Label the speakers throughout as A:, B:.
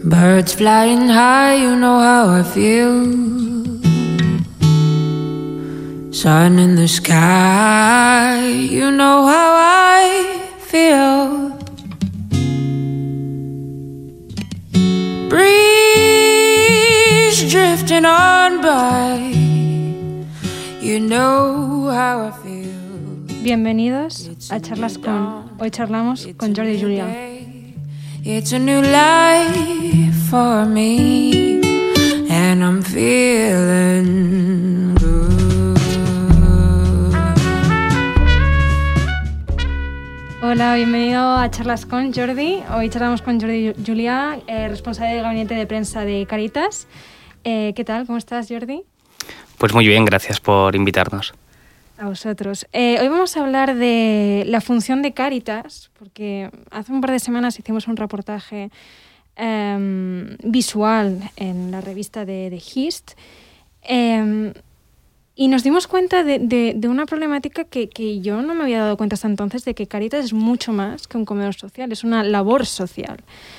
A: Birds flying high, you know how I feel. Sun in the sky, you know how I feel. Breeze drifting on by, you know how I feel.
B: Bienvenidos a Charlas con. Hoy charlamos con Jordi y Julia.
A: It's a new life for me, and I'm feeling good.
B: Hola, bienvenido a Charlas con Jordi. Hoy charlamos con Jordi y Julia, responsable del gabinete de prensa de Cáritas. ¿Qué tal? ¿Cómo estás, Jordi?
C: Pues muy bien, gracias por invitarnos.
B: A vosotros. Hoy vamos a hablar de la función de Cáritas, porque hace un par de semanas hicimos un reportaje visual en la revista de Hist y nos dimos cuenta de una problemática que yo no me había dado cuenta hasta entonces, de que Cáritas es mucho más que un comedor social, es una labor social.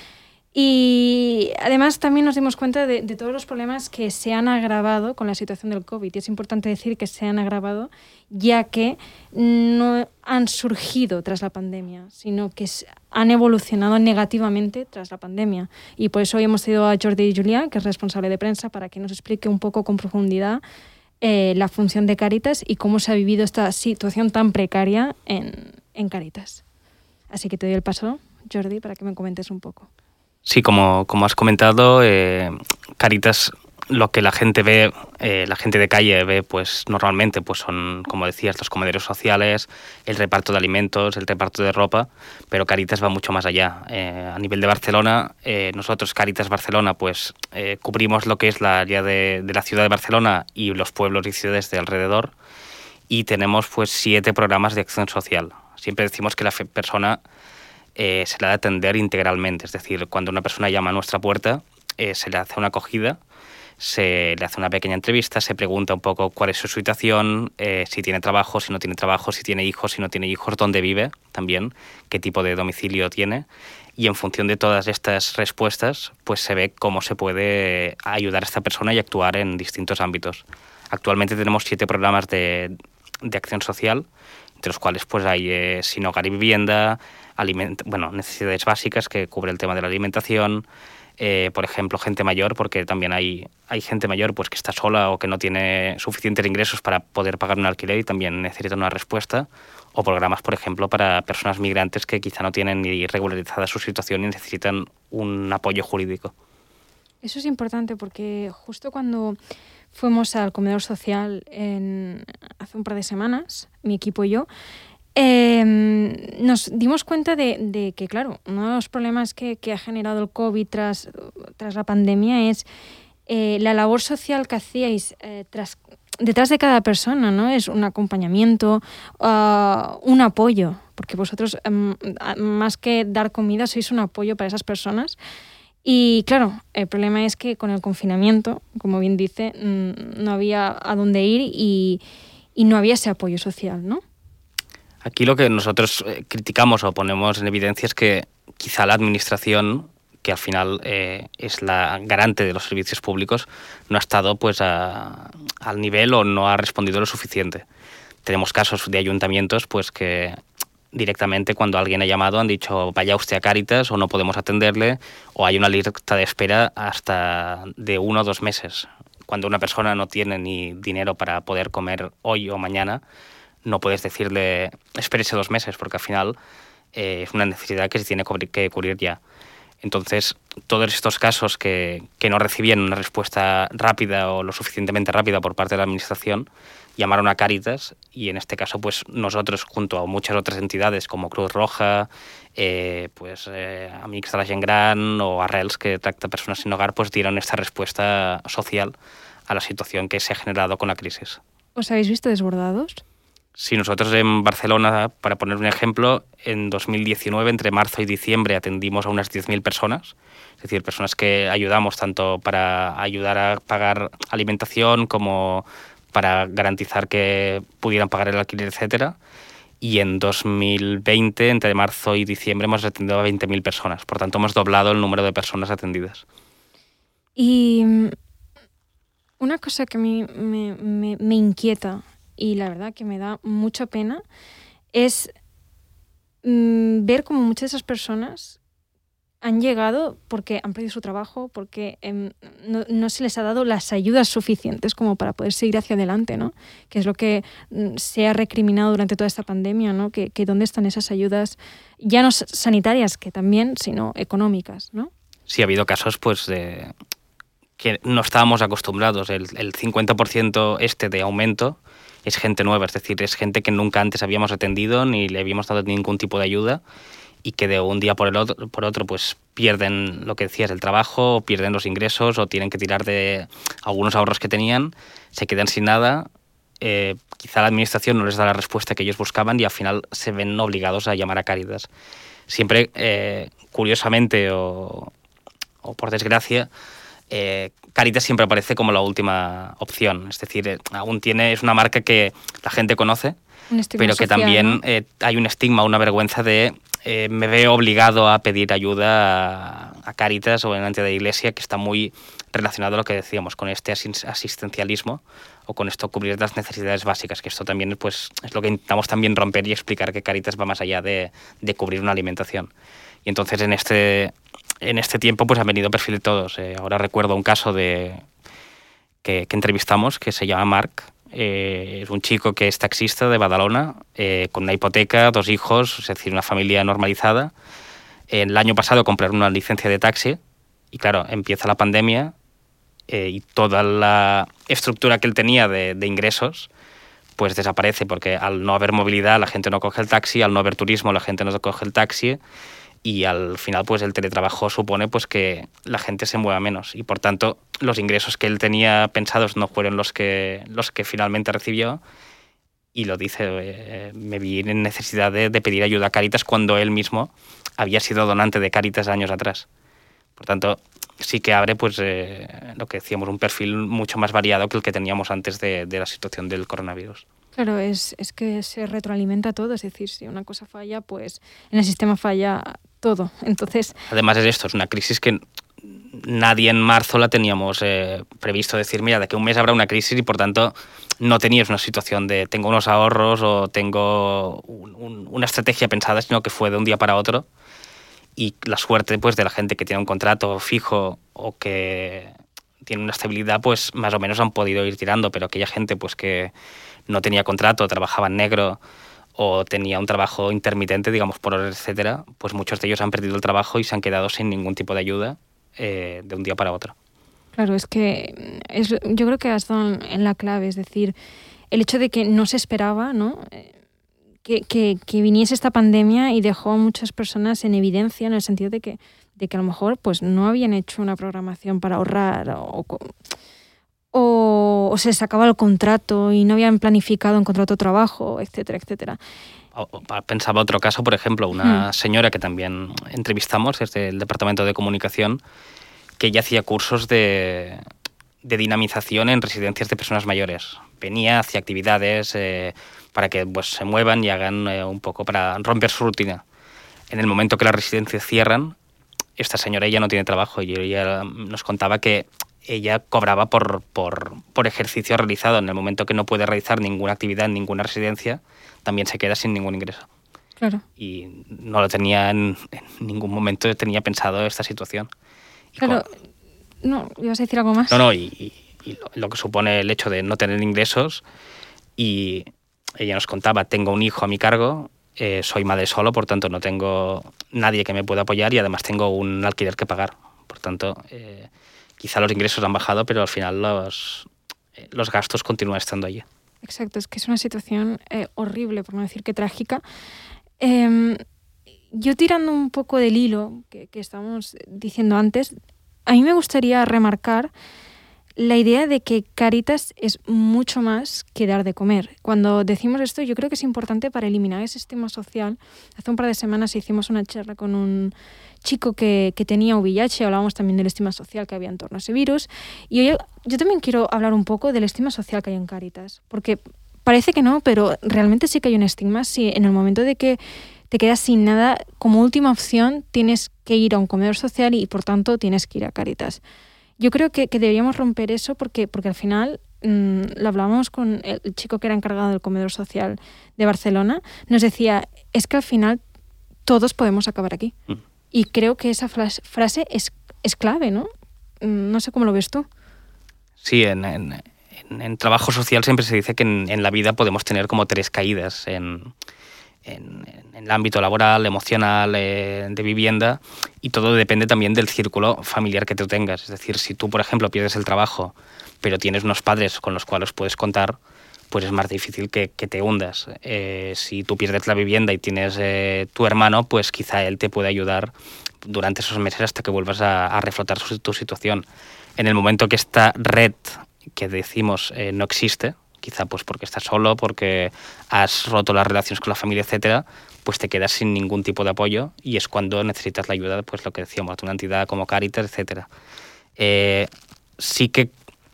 B: Y además también nos dimos cuenta de todos los problemas que se han agravado con la situación del COVID. Y es importante decir que se han agravado ya que no han surgido tras la pandemia, sino que han evolucionado negativamente tras la pandemia. Y por eso hoy hemos ido a Jordi y Julia, que es responsable de prensa, para que nos explique un poco con profundidad la función de Cáritas y cómo se ha vivido esta situación tan precaria en Cáritas. Así que te doy el paso, Jordi, para que me comentes un poco.
C: Sí, como has comentado, Cáritas, lo que la gente ve, la gente de calle ve, pues normalmente pues son, como decías, los comederos sociales, el reparto de alimentos, el reparto de ropa, pero Cáritas va mucho más allá. A nivel de Barcelona, nosotros, Cáritas Barcelona, pues cubrimos lo que es la área de la ciudad de Barcelona y los pueblos y ciudades de alrededor, y tenemos pues 7 programas de acción social. Siempre decimos que la persona se le ha de atender integralmente, es decir, cuando una persona llama a nuestra puerta, se le hace una acogida, se le hace una pequeña entrevista, se pregunta un poco cuál es su situación, si tiene trabajo, si no tiene trabajo, si tiene hijos, si no tiene hijos, dónde vive también, qué tipo de domicilio tiene, y en función de todas estas respuestas, pues se ve cómo se puede ayudar a esta persona y actuar en distintos ámbitos. Actualmente tenemos 7 programas de acción social, entre los cuales pues hay Sin Hogar y Vivienda, necesidades básicas, que cubre el tema de la alimentación, por ejemplo, gente mayor, porque también hay gente mayor pues que está sola o que no tiene suficientes ingresos para poder pagar un alquiler y también necesitan una respuesta, o programas, por ejemplo, para personas migrantes que quizá no tienen ni regularizada su situación y necesitan un apoyo jurídico.
B: Eso es importante porque justo cuando fuimos al comedor social hace un par de semanas, mi equipo y yo, nos dimos cuenta de que, claro, uno de los problemas que ha generado el COVID tras la pandemia es la labor social que hacíais detrás de cada persona, ¿no? Es un acompañamiento, un apoyo, porque vosotros, más que dar comida, sois un apoyo para esas personas. Y claro, el problema es que con el confinamiento, como bien dice, no había a dónde ir y no había ese apoyo social, ¿no?
C: Aquí lo que nosotros criticamos o ponemos en evidencia es que quizá la administración, que al final es la garante de los servicios públicos, no ha estado pues al nivel o no ha respondido lo suficiente. Tenemos casos de ayuntamientos pues que directamente, cuando alguien ha llamado, han dicho vaya usted a Cáritas o no podemos atenderle, o hay una lista de espera hasta de 1 o 2 meses. Cuando una persona no tiene ni dinero para poder comer hoy o mañana, no puedes decirle espérese 2 meses, porque al final es una necesidad que se tiene que cubrir ya. Entonces, todos estos casos que no recibían una respuesta rápida o lo suficientemente rápida por parte de la administración, llamaron a Cáritas, y en este caso pues nosotros, junto a muchas otras entidades como Cruz Roja, Amics de la Gent Gran o Arrels, que tracta personas sin hogar, pues dieron esta respuesta social a la situación que se ha generado con la crisis.
B: ¿Os habéis visto desbordados?
C: Sí, nosotros en Barcelona, para poner un ejemplo, en 2019, entre marzo y diciembre, atendimos a unas 10.000 personas, es decir, personas que ayudamos tanto para ayudar a pagar alimentación como para garantizar que pudieran pagar el alquiler, etcétera. y en 2020, entre marzo y diciembre, hemos atendido a 20.000 personas. Por tanto, hemos doblado el número de personas atendidas.
B: Y una cosa que a mí me inquieta y la verdad que me da mucha pena es ver cómo muchas de esas personas han llegado porque han perdido su trabajo, porque no se les ha dado las ayudas suficientes como para poder seguir hacia adelante, ¿no? Que es lo que se ha recriminado durante toda esta pandemia, ¿no? Que dónde están esas ayudas, ya no sanitarias, que también, sino económicas, ¿no?
C: Sí, ha habido casos pues de que no estábamos acostumbrados. El 50% de aumento es gente nueva, es decir, es gente que nunca antes habíamos atendido ni le habíamos dado ningún tipo de ayuda, y que de un día por otro pues pierden lo que decías, el trabajo, o pierden los ingresos, o tienen que tirar de algunos ahorros que tenían, se quedan sin nada. Quizá la administración no les da la respuesta que ellos buscaban y al final se ven obligados a llamar a Cáritas. Siempre, curiosamente o por desgracia, Cáritas siempre aparece como la última opción. Es decir, es una marca que la gente conoce, pero que
B: social,
C: también,
B: ¿no?
C: hay un estigma, una vergüenza de me veo obligado a pedir ayuda a Cáritas o en la entidad de iglesia, que está muy relacionado a lo que decíamos, con este asistencialismo o con esto cubrir las necesidades básicas, que esto también pues es lo que intentamos también romper y explicar, que Cáritas va más allá de cubrir una alimentación. Y entonces en este tiempo pues han venido perfil de todos. Ahora recuerdo un caso que entrevistamos, que se llama Marc. Es un chico que es taxista de Badalona, con una hipoteca, 2 hijos, es decir, una familia normalizada. El año pasado compraron una licencia de taxi y claro, empieza la pandemia, y toda la estructura que él tenía de ingresos pues desaparece, porque al no haber movilidad la gente no coge el taxi, al no haber turismo la gente no coge el taxi, y al final pues el teletrabajo supone pues que la gente se mueva menos, y por tanto los ingresos que él tenía pensados no fueron los que finalmente recibió, y lo dice, me vi en necesidad de pedir ayuda a Cáritas cuando él mismo había sido donante de Cáritas años atrás. Por tanto, sí que abre pues lo que decíamos, un perfil mucho más variado que el que teníamos antes de la situación del coronavirus.
B: Claro, es que se retroalimenta todo, es decir, si una cosa falla, pues en el sistema falla todo. Entonces,
C: además es una crisis que nadie en marzo la teníamos previsto, decir, mira, de que un mes habrá una crisis, y por tanto no tenías una situación de tengo unos ahorros o tengo una estrategia pensada, sino que fue de un día para otro. Y la suerte pues de la gente que tiene un contrato fijo o que tiene una estabilidad, pues más o menos han podido ir tirando, pero aquella gente pues que no tenía contrato, trabajaba en negro o tenía un trabajo intermitente, digamos, por horas, etcétera, pues muchos de ellos han perdido el trabajo y se han quedado sin ningún tipo de ayuda de un día para otro.
B: Claro, es que yo creo que has dado en la clave, es decir, el hecho de que no se esperaba, ¿no? Que viniese esta pandemia y dejó a muchas personas en evidencia, en el sentido de que a lo mejor pues no habían hecho una programación para ahorrar, o se les acababa el contrato y no habían planificado un contrato de trabajo, etcétera, etcétera.
C: Pensaba otro caso, por ejemplo, una señora que también entrevistamos desde el Departamento de Comunicación, que ella hacía cursos de dinamización en residencias de personas mayores. Venía, hacía actividades para que pues, se muevan y hagan un poco para romper su rutina. En el momento que las residencias cierran, esta señora ya no tiene trabajo, y ella nos contaba que ella cobraba por ejercicio realizado. En el momento que no puede realizar ninguna actividad en ninguna residencia, también se queda sin ningún ingreso.
B: Claro.
C: Y no lo tenía en ningún momento, tenía pensado esta situación.
B: Claro. No, ¿ibas a decir algo más?
C: No, y lo que supone el hecho de no tener ingresos. Y ella nos contaba, tengo un hijo a mi cargo, soy madre solo, por tanto no tengo nadie que me pueda apoyar, y además tengo un alquiler que pagar. Por tanto, quizá los ingresos han bajado, pero al final los gastos continúan estando allí.
B: Exacto, es que es una situación horrible, por no decir que trágica. Yo, tirando un poco del hilo que estábamos diciendo antes, a mí me gustaría remarcar la idea de que Cáritas es mucho más que dar de comer. Cuando decimos esto, yo creo que es importante para eliminar ese estigma social. Hace un par de semanas hicimos una charla con un chico que tenía VIH, hablábamos también del estigma social que había en torno a ese virus, y yo también quiero hablar un poco del estigma social que hay en Cáritas, porque parece que no, pero realmente sí que hay un estigma. Si en el momento de que te quedas sin nada, como última opción tienes que ir a un comedor social y por tanto tienes que ir a Cáritas. Yo creo que deberíamos romper eso porque al final, lo hablábamos con el chico que era encargado del comedor social de Barcelona, nos decía, es que al final todos podemos acabar aquí. Y creo que esa frase es clave, ¿no? No sé cómo lo ves tú.
C: Sí, en trabajo social siempre se dice que en la vida podemos tener como 3 caídas en el ámbito laboral, emocional, de vivienda, y todo depende también del círculo familiar que tú tengas. Es decir, si tú, por ejemplo, pierdes el trabajo, pero tienes unos padres con los cuales puedes contar, pues es más difícil que te hundas. Si tú pierdes la vivienda y tienes tu hermano, pues quizá él te puede ayudar durante esos meses hasta que vuelvas a reflotar tu situación. En el momento que esta red que decimos no existe, quizá pues porque estás solo, porque has roto las relaciones con la familia, etcétera, pues te quedas sin ningún tipo de apoyo y es cuando necesitas la ayuda, pues lo que decíamos, de una entidad como Cáritas, etcétera. Sí que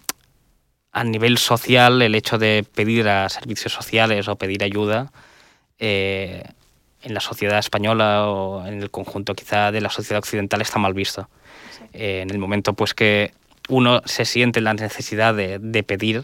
C: a nivel social el hecho de pedir a servicios sociales o pedir ayuda en la sociedad española o en el conjunto quizá de la sociedad occidental está mal visto. Sí. En el momento pues que uno se siente la necesidad de pedir,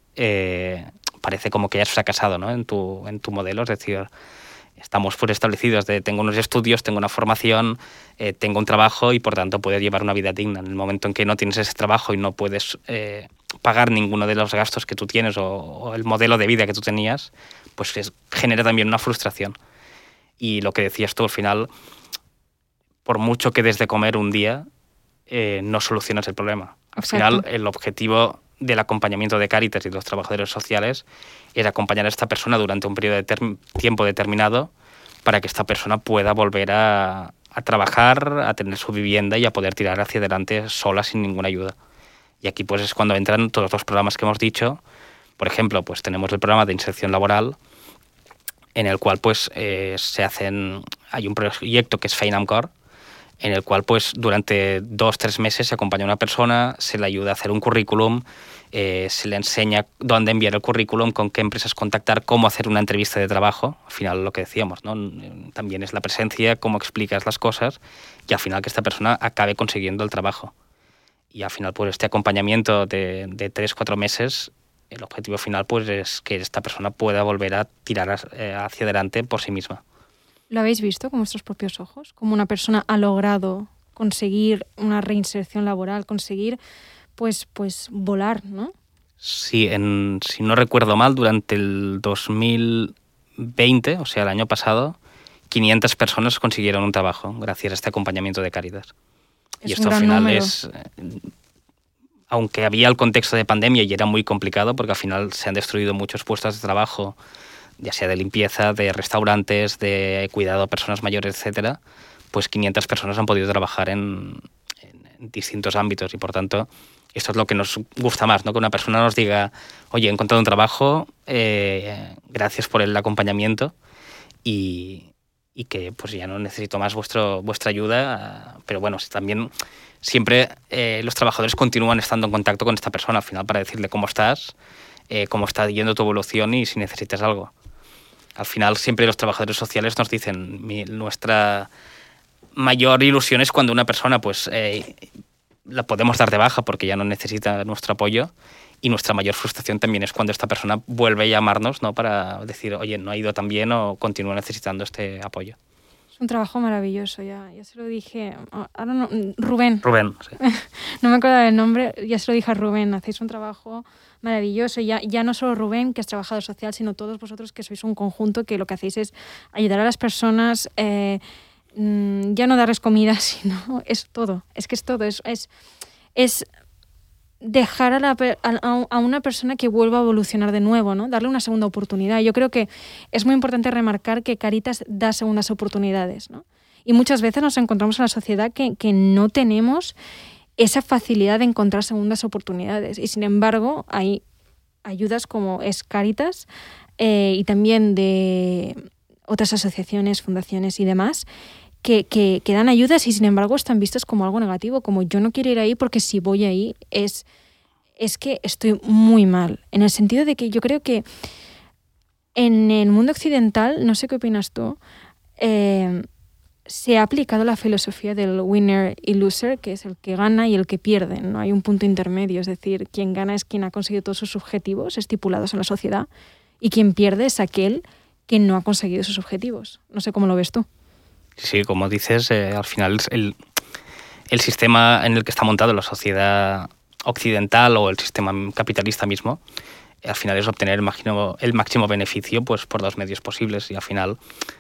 C: parece como que ya has fracasado, ¿no? en tu modelo, es decir, estamos pues establecidos de tengo unos estudios, tengo una formación, tengo un trabajo y por tanto puedo llevar una vida digna. En el momento en que no tienes ese trabajo y no puedes pagar ninguno de los gastos que tú tienes o el modelo de vida que tú tenías, pues genera también una frustración. Y lo que decías tú, al final, por mucho que des de comer un día, no solucionas el problema. Al final, el objetivo del acompañamiento de Cáritas y de los trabajadores sociales es acompañar a esta persona durante un periodo de tiempo determinado para que esta persona pueda volver a trabajar, a tener su vivienda y a poder tirar hacia adelante sola sin ninguna ayuda. Y aquí pues es cuando entran todos los programas que hemos dicho. Por ejemplo, pues tenemos el programa de inserción laboral en el cual pues hay un proyecto que es Feina amb Cor, en el cual pues durante 2-3 meses se acompaña a una persona, se le ayuda a hacer un currículum, se le enseña dónde enviar el currículum, con qué empresas contactar, cómo hacer una entrevista de trabajo. Al final lo que decíamos, ¿no? También es la presencia, cómo explicas las cosas y al final que esta persona acabe consiguiendo el trabajo. Y al final pues este acompañamiento de 3-4 meses, el objetivo final pues es que esta persona pueda volver a tirar hacia adelante por sí misma.
B: ¿Lo habéis visto con vuestros propios ojos? ¿Cómo una persona ha logrado conseguir una reinserción laboral, conseguir pues volar, ¿no?
C: Sí, si no recuerdo mal, durante el 2020, o sea, el año pasado, 500 personas consiguieron un trabajo gracias a este acompañamiento de Cáritas. Y esto al final es... Aunque había el contexto de pandemia y era muy complicado, porque al final se han destruido muchos puestos de trabajo, ya sea de limpieza, de restaurantes, de cuidado a personas mayores, etcétera, pues 500 personas han podido trabajar en distintos ámbitos y por tanto esto es lo que nos gusta más, ¿no? Que una persona nos diga, oye, he encontrado un trabajo, gracias por el acompañamiento y que pues ya no necesito más vuestra ayuda, pero bueno, también siempre los trabajadores continúan estando en contacto con esta persona al final para decirle cómo estás, cómo está yendo tu evolución y si necesitas algo. Al final siempre los trabajadores sociales nos dicen nuestra mayor ilusión es cuando una persona pues la podemos dar de baja porque ya no necesita nuestro apoyo y nuestra mayor frustración también es cuando esta persona vuelve a llamarnos, ¿no? Para decir, oye, no ha ido tan bien o continúa necesitando este apoyo.
B: Es un trabajo maravilloso, ya se lo dije, ahora no, Rubén.
C: Rubén, sí.
B: No me acuerdo del nombre, ya se lo dije a Rubén, hacéis un trabajo maravilloso, ya no solo Rubén, que es trabajador social, sino todos vosotros que sois un conjunto que lo que hacéis es ayudar a las personas, ya no darles comida, sino es todo, es que es todo, es dejar a una persona que vuelva a evolucionar de nuevo, ¿no? Darle una segunda oportunidad. Yo creo que es muy importante remarcar que Cáritas da segundas oportunidades, ¿no? Y muchas veces nos encontramos en la sociedad que no tenemos esa facilidad de encontrar segundas oportunidades. Y sin embargo, hay ayudas como es Cáritas y también de otras asociaciones, fundaciones y demás que dan ayudas y sin embargo están vistas como algo negativo, como yo no quiero ir ahí porque si voy ahí es que estoy muy mal. En el sentido de que yo creo que en el mundo occidental, no sé qué opinas tú, se ha aplicado la filosofía del winner y loser, que es el que gana y el que pierde. No hay un punto intermedio, es decir, quien gana es quien ha conseguido todos sus objetivos estipulados en la sociedad y quien pierde es aquel que no ha conseguido sus objetivos. No sé cómo lo ves tú.
C: Sí, como dices, al final el sistema en el que está montado la sociedad occidental o el sistema capitalista mismo, al final es obtener el máximo beneficio pues, por dos medios posibles y al final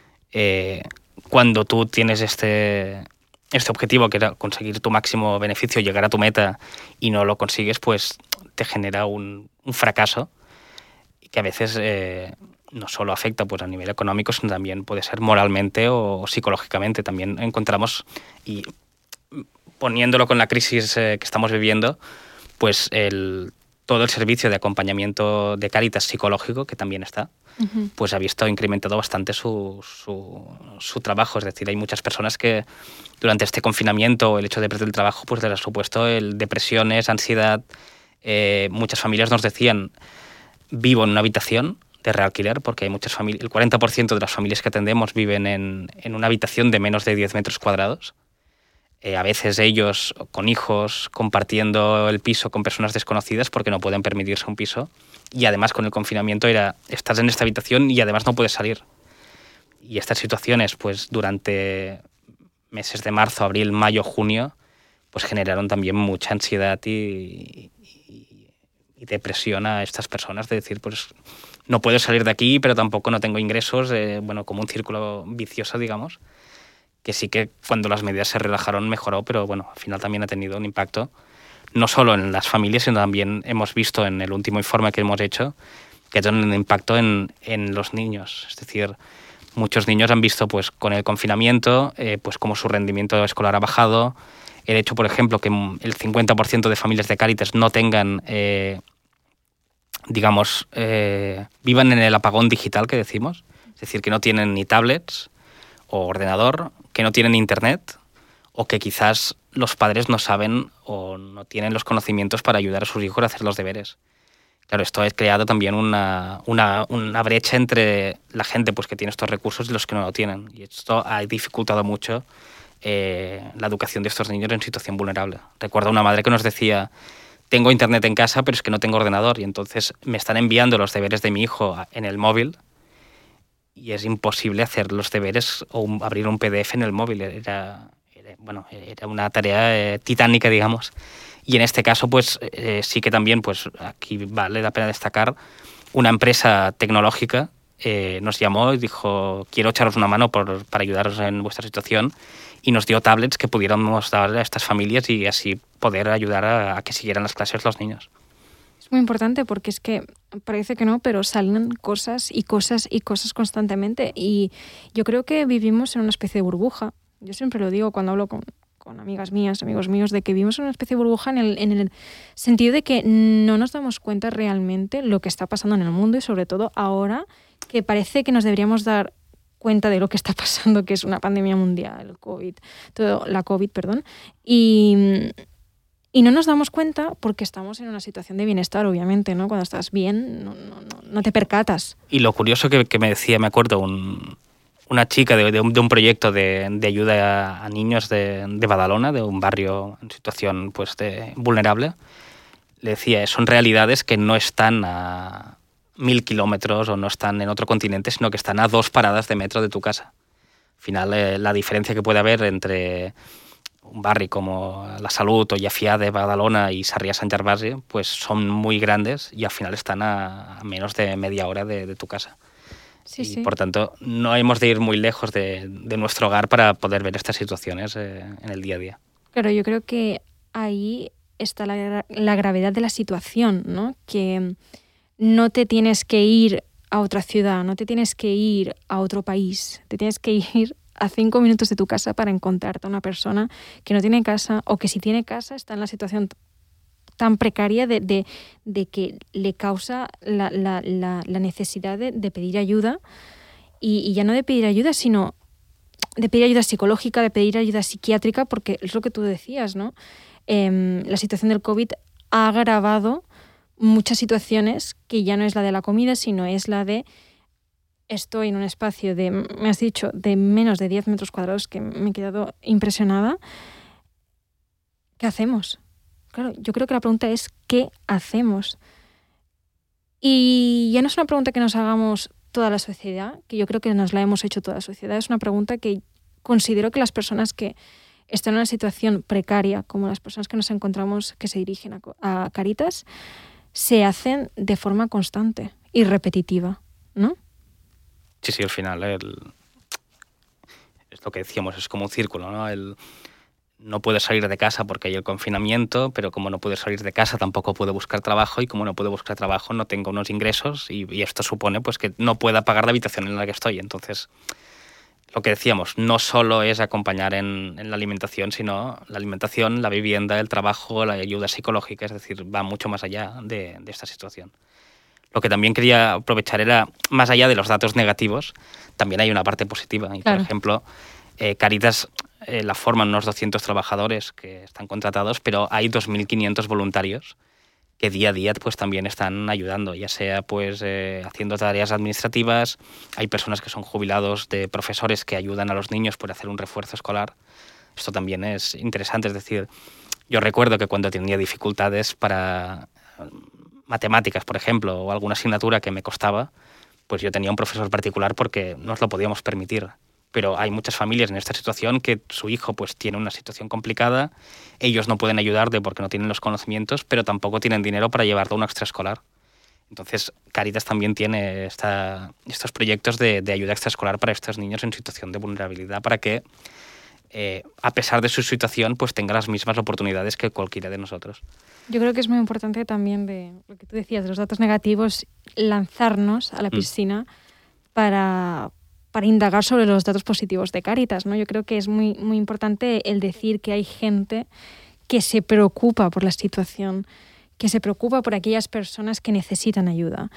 C: cuando tú tienes este objetivo que era conseguir tu máximo beneficio, llegar a tu meta y no lo consigues, pues te genera un fracaso que a veces no solo afecta pues, a nivel económico, sino también puede ser moralmente o psicológicamente. También encontramos, y poniéndolo con la crisis que estamos viviendo, pues todo el servicio de acompañamiento de Cáritas psicológico, que también está, pues ha visto incrementado bastante su trabajo. Es decir, hay muchas personas que durante este confinamiento, el hecho de perder el trabajo, pues les ha supuesto depresiones, ansiedad. Muchas familias nos decían, vivo en una habitación de realquiler, porque hay muchas familias, el 40% de las familias que atendemos viven en una habitación de menos de 10 metros cuadrados. A veces ellos con hijos compartiendo el piso con personas desconocidas porque no pueden permitirse un piso. Y además con el confinamiento estás en esta habitación y además no puedes salir. Y estas situaciones, pues durante meses de marzo, abril, mayo, junio, pues generaron también mucha ansiedad y depresión a estas personas, de decir, pues no puedo salir de aquí, pero tampoco no tengo ingresos, como un círculo vicioso, digamos, que sí que cuando las medidas se relajaron mejoró, pero bueno, al final también ha tenido un impacto, no solo en las familias, sino también hemos visto en el último informe que hemos hecho, que ha tenido un impacto en los niños. Es decir, muchos niños han visto pues con el confinamiento pues cómo su rendimiento escolar ha bajado. El hecho, por ejemplo, que el 50% de familias de Cáritas no tengan, vivan en el apagón digital que decimos. Es decir, que no tienen ni tablets o ordenador, que no tienen internet o que quizás los padres no saben o no tienen los conocimientos para ayudar a sus hijos a hacer los deberes. Claro, esto ha creado también una brecha entre la gente pues, que tiene estos recursos y los que no lo tienen. Y esto ha dificultado mucho la educación de estos niños en situación vulnerable. Recuerdo una madre que nos decía, tengo internet en casa, pero es que no tengo ordenador y entonces me están enviando los deberes de mi hijo en el móvil y es imposible hacer los deberes o abrir un PDF en el móvil. Era una tarea titánica, digamos. Y en este caso, pues sí que también, pues aquí vale la pena destacar, una empresa tecnológica nos llamó y dijo, quiero echaros una mano para ayudaros en vuestra situación, y nos dio tablets que pudiéramos dar a estas familias y así poder ayudar a que siguieran las clases los niños.
B: Es muy importante porque es que parece que no, pero salen cosas y cosas y cosas constantemente. Y yo creo que vivimos en una especie de burbuja. Yo siempre lo digo cuando hablo con amigas mías, amigos míos, de que vivimos en una especie de burbuja en el sentido de que no nos damos cuenta realmente lo que está pasando en el mundo y sobre todo ahora que parece que nos deberíamos dar cuenta de lo que está pasando, que es una pandemia mundial, la COVID, y no nos damos cuenta porque estamos en una situación de bienestar, obviamente, ¿no? Cuando estás bien no te percatas.
C: Y lo curioso que me decía, me acuerdo, una chica de un proyecto de ayuda a niños de Badalona, de un barrio en situación pues, vulnerable, le decía, son realidades que no están a 1000 kilómetros o no están en otro continente, sino que están a 2 paradas de metro de tu casa. Al final, la diferencia que puede haber entre un barri como La Salut o Llefià de Badalona y Sarrià Sant Gervasi, pues son muy grandes y al final están a menos de media hora de tu casa. Sí. Por tanto, no hemos de ir muy lejos de nuestro hogar para poder ver estas situaciones en el día a día.
B: Claro, yo creo que ahí está la gravedad de la situación, ¿no? Que no te tienes que ir a otra ciudad, no te tienes que ir a otro país, te tienes que ir a 5 minutos de tu casa para encontrarte a una persona que no tiene casa o que si tiene casa está en la situación tan precaria de que le causa la necesidad de pedir ayuda y ya no de pedir ayuda, sino de pedir ayuda psicológica, de pedir ayuda psiquiátrica, porque es lo que tú decías, ¿no? La situación del COVID ha agravado muchas situaciones que ya no es la de la comida, sino es la de estoy en un espacio de, me has dicho, de menos de 10 metros cuadrados, que me he quedado impresionada. ¿Qué hacemos? Claro, yo creo que la pregunta es ¿qué hacemos? Y ya no es una pregunta que nos hagamos toda la sociedad, que yo creo que nos la hemos hecho toda la sociedad, es una pregunta que considero que las personas que están en una situación precaria, como las personas que nos encontramos que se dirigen a Cáritas, se hacen de forma constante y repetitiva, ¿no?
C: Sí, al final es lo que decíamos, es como un círculo, ¿no? No puede salir de casa porque hay el confinamiento, pero como no puede salir de casa tampoco puede buscar trabajo, y como no puede buscar trabajo no tengo unos ingresos, y esto supone pues que no pueda pagar la habitación en la que estoy. Entonces, lo que decíamos, no solo es acompañar en la alimentación, sino la alimentación, la vivienda, el trabajo, la ayuda psicológica, es decir, va mucho más allá de esta situación. Lo que también quería aprovechar era, más allá de los datos negativos, también hay una parte positiva. Y, claro, por ejemplo, Cáritas la forman unos 200 trabajadores que están contratados, pero hay 2.500 voluntarios que día a día pues también están ayudando, ya sea pues haciendo tareas administrativas. Hay personas que son jubilados de profesores que ayudan a los niños por hacer un refuerzo escolar. Esto también es interesante, es decir, yo recuerdo que cuando tenía dificultades para matemáticas, por ejemplo, o alguna asignatura que me costaba, pues yo tenía un profesor particular porque nos lo podíamos permitir. Pero hay muchas familias en esta situación que su hijo pues tiene una situación complicada, ellos no pueden ayudarle porque no tienen los conocimientos, pero tampoco tienen dinero para llevarlo a una extraescolar. Entonces, Cáritas también tiene estos proyectos de ayuda extraescolar para estos niños en situación de vulnerabilidad, para que, a pesar de su situación, pues tenga las mismas oportunidades que cualquiera de nosotros.
B: Yo creo que es muy importante también, de lo que tú decías, de los datos negativos, lanzarnos a la piscina para indagar sobre los datos positivos de Cáritas, ¿no? Yo creo que es muy, muy importante el decir que hay gente que se preocupa por la situación, que se preocupa por aquellas personas que necesitan ayuda.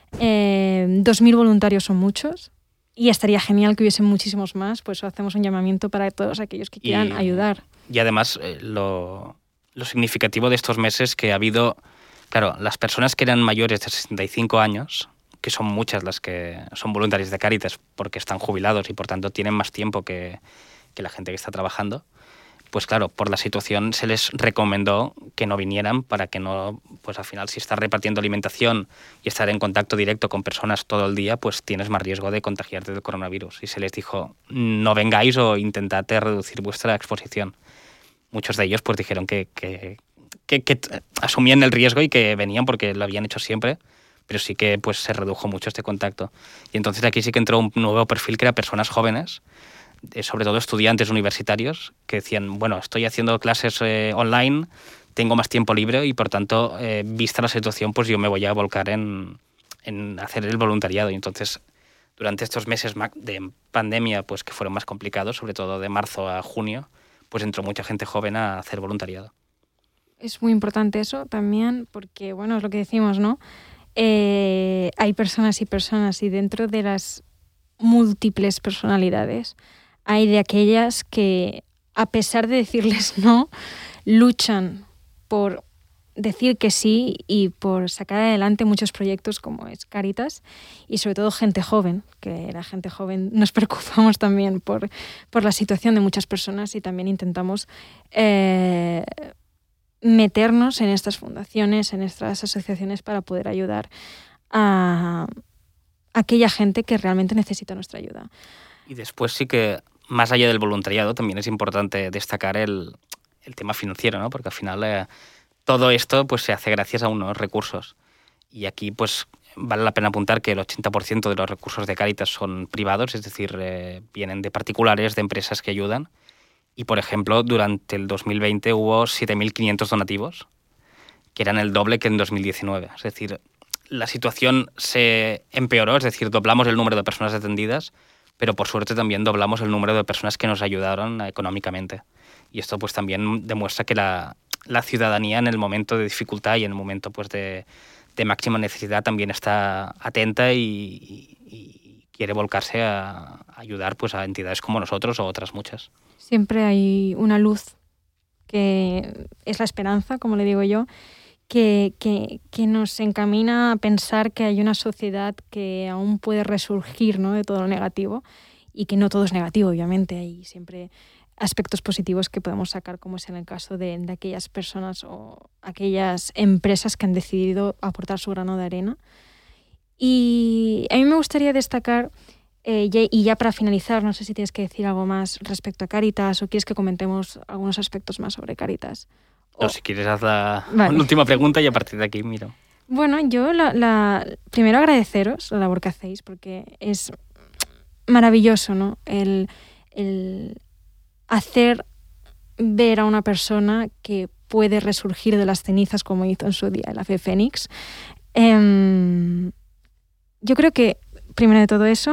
B: 2.000 voluntarios son muchos, y estaría genial que hubiesen muchísimos más, pues hacemos un llamamiento para todos aquellos que quieran ayudar.
C: Y además, lo significativo de estos meses que ha habido, claro, las personas que eran mayores de 65 años, que son muchas las que son voluntarias de Cáritas porque están jubilados y por tanto tienen más tiempo que la gente que está trabajando, pues claro, por la situación se les recomendó que no vinieran, para que no, pues al final si estás repartiendo alimentación y estar en contacto directo con personas todo el día, pues tienes más riesgo de contagiarte del coronavirus. Y se les dijo, no vengáis o intentad reducir vuestra exposición. Muchos de ellos pues dijeron que asumían el riesgo y que venían porque lo habían hecho siempre, pero sí que pues se redujo mucho este contacto. Y entonces aquí sí que entró un nuevo perfil, que era personas jóvenes, sobre todo estudiantes universitarios, que decían, bueno, estoy haciendo clases online, tengo más tiempo libre y por tanto, vista la situación, pues yo me voy a volcar en hacer el voluntariado. Y entonces, durante estos meses de pandemia, pues que fueron más complicados, sobre todo de marzo a junio, pues entró mucha gente joven a hacer voluntariado.
B: Es muy importante eso también, porque, bueno, es lo que decimos, ¿no? Hay personas y personas, y dentro de las múltiples personalidades hay de aquellas que, a pesar de decirles no, luchan por decir que sí y por sacar adelante muchos proyectos como es Cáritas, y sobre todo gente joven, que la gente joven nos preocupamos también por la situación de muchas personas, y también intentamos meternos en estas fundaciones, en estas asociaciones, para poder ayudar a aquella gente que realmente necesita nuestra ayuda.
C: Y después sí que, más allá del voluntariado, también es importante destacar el tema financiero, ¿no? Porque al final todo esto pues se hace gracias a unos recursos. Y aquí pues vale la pena apuntar que el 80% de los recursos de Cáritas son privados, es decir, vienen de particulares, de empresas que ayudan. Y, por ejemplo, durante el 2020 hubo 7.500 donativos, que eran el doble que en 2019. Es decir, la situación se empeoró, es decir, doblamos el número de personas atendidas, pero por suerte también doblamos el número de personas que nos ayudaron económicamente. Y esto pues también demuestra que la ciudadanía, en el momento de dificultad y en el momento pues de máxima necesidad, también está atenta y quiere volcarse a ayudar pues a entidades como nosotros o otras muchas.
B: Siempre hay una luz, que es la esperanza, como le digo yo, que nos encamina a pensar que hay una sociedad que aún puede resurgir, ¿no?, de todo lo negativo, y que no todo es negativo, obviamente. Hay siempre aspectos positivos que podemos sacar, como es en el caso de aquellas personas o aquellas empresas que han decidido aportar su grano de arena. Y a mí me gustaría destacar, y ya para finalizar, no sé si tienes que decir algo más respecto a Cáritas o quieres que comentemos algunos aspectos más sobre Cáritas.
C: No, si quieres haz la
B: Vale.
C: última pregunta y a partir de aquí miro.
B: Bueno, yo primero agradeceros la labor que hacéis, porque es maravilloso, ¿no?, el hacer ver a una persona que puede resurgir de las cenizas, como hizo en su día el Ave Fénix. Yo creo que, primero de todo eso,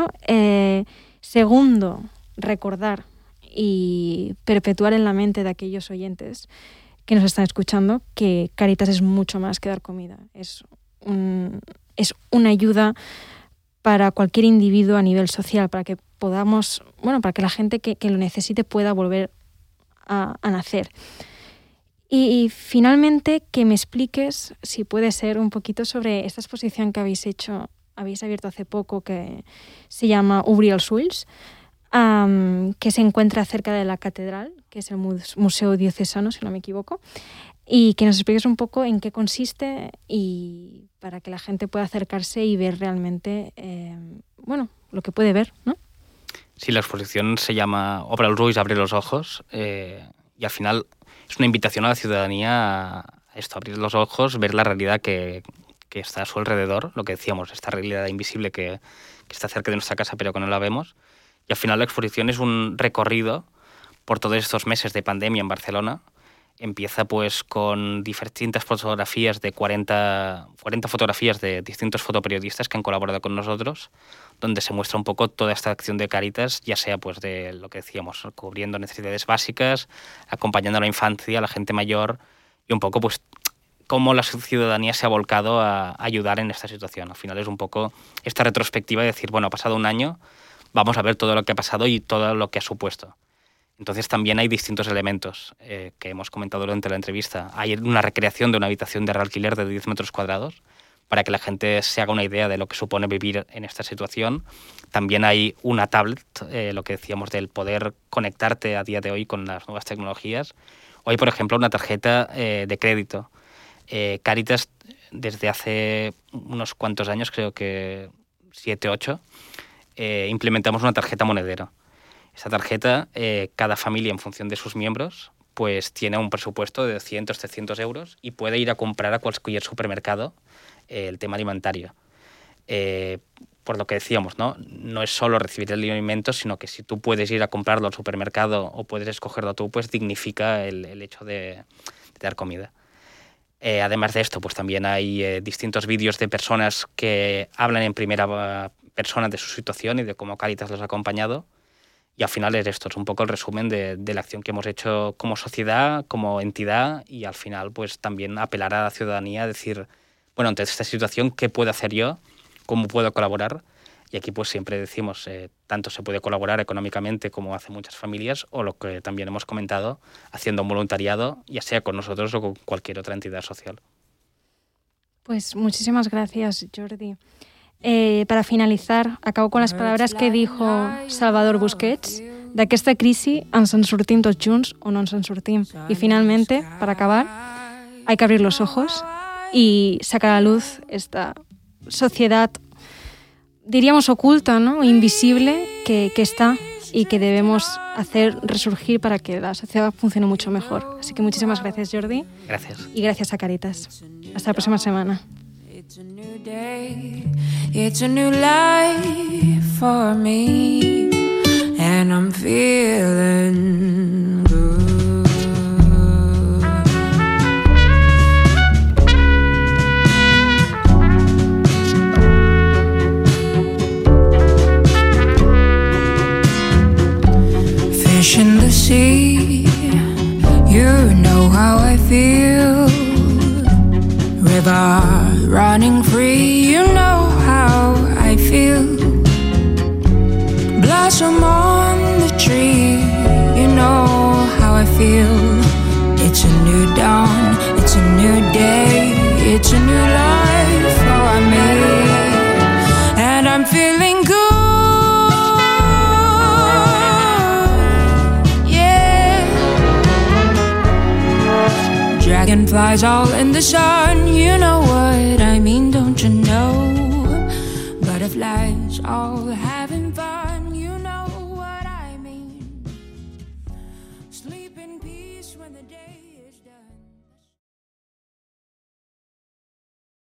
B: segundo, recordar y perpetuar en la mente de aquellos oyentes que nos están escuchando que Cáritas es mucho más que dar comida. Es una ayuda para cualquier individuo a nivel social, para que podamos, para que la gente que lo necesite pueda volver a nacer. Y finalmente, que me expliques, si puede ser, un poquito sobre esta exposición que habéis abierto hace poco, que se llama Obrir els ulls, que se encuentra cerca de la catedral, que es el Museo Diocesano, si no me equivoco, y que nos expliques un poco en qué consiste y para que la gente pueda acercarse y ver realmente lo que puede ver, ¿no?
C: Sí, la exposición se llama Obre els ulls, abre los ojos, y al final es una invitación a la ciudadanía a esto, abrir los ojos, ver la realidad que está a su alrededor, lo que decíamos, esta realidad invisible que está cerca de nuestra casa pero que no la vemos. Y al final la exposición es un recorrido por todos estos meses de pandemia en Barcelona. Empieza pues con distintas fotografías de 40 fotografías de distintos fotoperiodistas que han colaborado con nosotros, donde se muestra un poco toda esta acción de Cáritas, ya sea pues de lo que decíamos, cubriendo necesidades básicas, acompañando a la infancia, a la gente mayor, y un poco pues cómo la ciudadanía se ha volcado a ayudar en esta situación. Al final es un poco esta retrospectiva de decir, bueno, ha pasado un año, vamos a ver todo lo que ha pasado y todo lo que ha supuesto. Entonces también hay distintos elementos que hemos comentado durante la entrevista. Hay una recreación de una habitación de alquiler de 10 metros cuadrados para que la gente se haga una idea de lo que supone vivir en esta situación. También hay una tablet, lo que decíamos del poder conectarte a día de hoy con las nuevas tecnologías. O hay, por ejemplo, una tarjeta de crédito. Cáritas, desde hace unos cuantos años, creo que 7, 8, implementamos una tarjeta monedero. Esta tarjeta, cada familia, en función de sus miembros, pues tiene un presupuesto de 200, 300 euros y puede ir a comprar a cualquier supermercado el tema alimentario. Por lo que decíamos, no es solo recibir el alimento, sino que si tú puedes ir a comprarlo al supermercado o puedes escogerlo tú, pues dignifica el hecho de dar comida. Además de esto, pues también hay distintos vídeos de personas que hablan en primera persona de su situación y de cómo Cáritas los ha acompañado. Y al final es un poco el resumen de la acción que hemos hecho como sociedad, como entidad, y al final pues también apelar a la ciudadanía a decir, bueno, ante esta situación, ¿qué puedo hacer yo? ¿Cómo puedo colaborar? Y aquí pues siempre decimos, tanto se puede colaborar económicamente como hacen muchas familias, o lo que también hemos comentado, haciendo un voluntariado, ya sea con nosotros o con cualquier otra entidad social.
B: Pues muchísimas gracias, Jordi. Para finalitzar, acabo con les palabres que dijo Salvador Busquets: d'aquesta crisi ens en sortim tots junts o no ens en sortim. Y finalmente, para acabar, hay que abrir los ojos y sacar a la luz esta sociedad, diríamos oculta, ¿no?, invisible, que está y que debemos hacer resurgir para que la sociedad funcione mucho mejor. Así que muchísimas gracias, Jordi.
C: Gracias.
B: Y gracias a Cáritas. Hasta la próxima semana.
A: It's a new day, it's a new life for me, and I'm feeling good. Fish in the sea, you know how I feel. River running free, you know how I feel. Blossom on the tree, you know how I feel. It's a new dawn, it's a new day. Dragonflies all in the sun, you know what I mean, don't you know? Butterflies all having fun, you know what I mean. Sleep in peace when the day